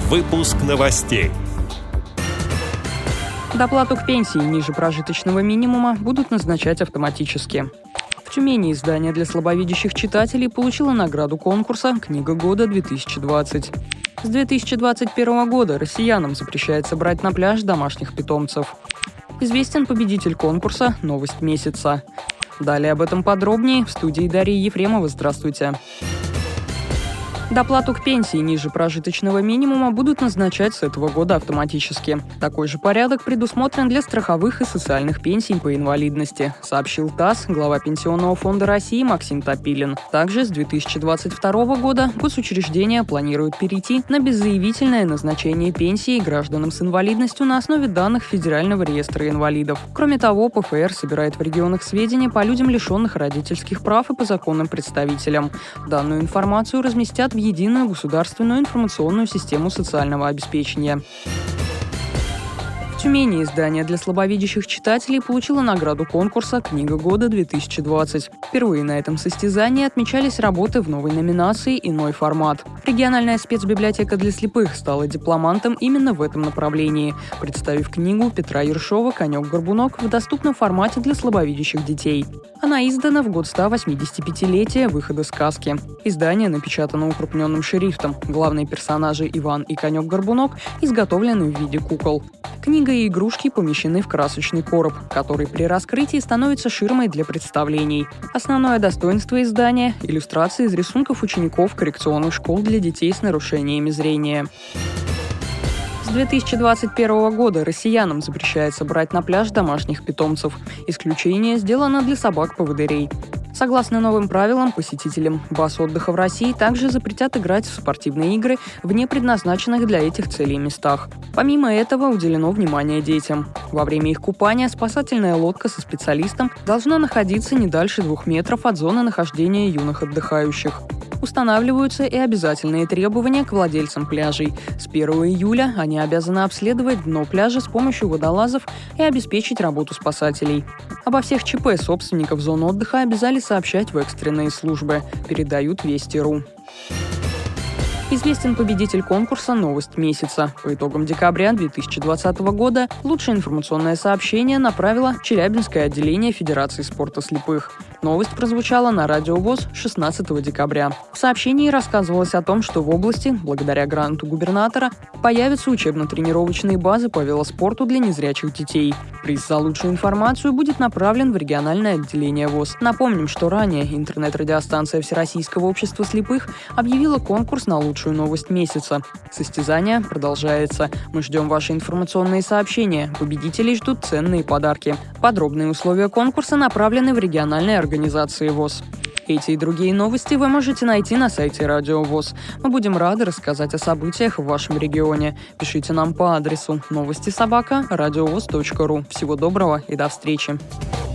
Выпуск новостей. Доплату к пенсии ниже прожиточного минимума будут назначать автоматически. В Тюмени издание для слабовидящих читателей получило награду конкурса «Книга года-2020». С 2021 года россиянам запрещается брать на пляж домашних питомцев. Известен победитель конкурса «Новость месяца». Далее об этом подробнее в студии Дарьи Ефремова. Здравствуйте. Доплату к пенсии ниже прожиточного минимума будут назначать с этого года автоматически. Такой же порядок предусмотрен для страховых и социальных пенсий по инвалидности, сообщил ТАСС глава Пенсионного фонда России Максим Топилин. Также с 2022 года госучреждения планируют перейти на беззаявительное назначение пенсии гражданам с инвалидностью на основе данных Федерального реестра инвалидов. Кроме того, ПФР собирает в регионах сведения по людям, лишенных родительских прав, и по законным представителям. Данную информацию разместят в единую государственную информационную систему социального обеспечения. В Тюмени издание для слабовидящих читателей получило награду конкурса «Книга года-2020». Впервые на этом состязании отмечались работы в новой номинации «Иной формат». Региональная спецбиблиотека для слепых стала дипломантом именно в этом направлении, представив книгу Петра Ершова «Конек-горбунок» в доступном формате для слабовидящих детей. Она издана в год 185-летия выхода сказки. Издание напечатано укрупненным шрифтом. Главные персонажи Иван и Конек-горбунок изготовлены в виде кукол. Книга и игрушки помещены в красочный короб, который при раскрытии становится ширмой для представлений. Основное достоинство издания – иллюстрации из рисунков учеников коррекционных школ для детей с нарушениями зрения. С 2021 года россиянам запрещается брать на пляж домашних питомцев. Исключение сделано для собак-поводырей. Согласно новым правилам, посетителям баз отдыха в России также запретят играть в спортивные игры в непредназначенных для этих целей местах. Помимо этого, уделено внимание детям. Во время их купания спасательная лодка со специалистом должна находиться не дальше 2 метров от зоны нахождения юных отдыхающих. Устанавливаются и обязательные требования к владельцам пляжей. С 1 июля они обязаны обследовать дно пляжа с помощью водолазов и обеспечить работу спасателей. Обо всех ЧП собственников зон отдыха обязали сообщать в экстренные службы, передают Вести.ру. Известен победитель конкурса «Новость месяца». По итогам декабря 2020 года лучшее информационное сообщение направило Челябинское отделение Федерации спорта слепых. Новость прозвучала на Радио ВОС 16 декабря. В сообщении рассказывалось о том, что в области, благодаря гранту губернатора, появятся учебно-тренировочные базы по велоспорту для незрячих детей. Приз за лучшую информацию будет направлен в региональное отделение ВОС. Напомним, что ранее интернет-радиостанция Всероссийского общества слепых объявила конкурс на лучшую новость месяца. Состязание продолжается. Мы ждем ваши информационные сообщения. Победителей ждут ценные подарки. Подробные условия конкурса направлены в региональные организации ВОС. Эти и другие новости вы можете найти на сайте Радио ВОС. Мы будем рады рассказать о событиях в вашем регионе. Пишите нам по адресу новости@радиовос.ру. Всего доброго и до встречи.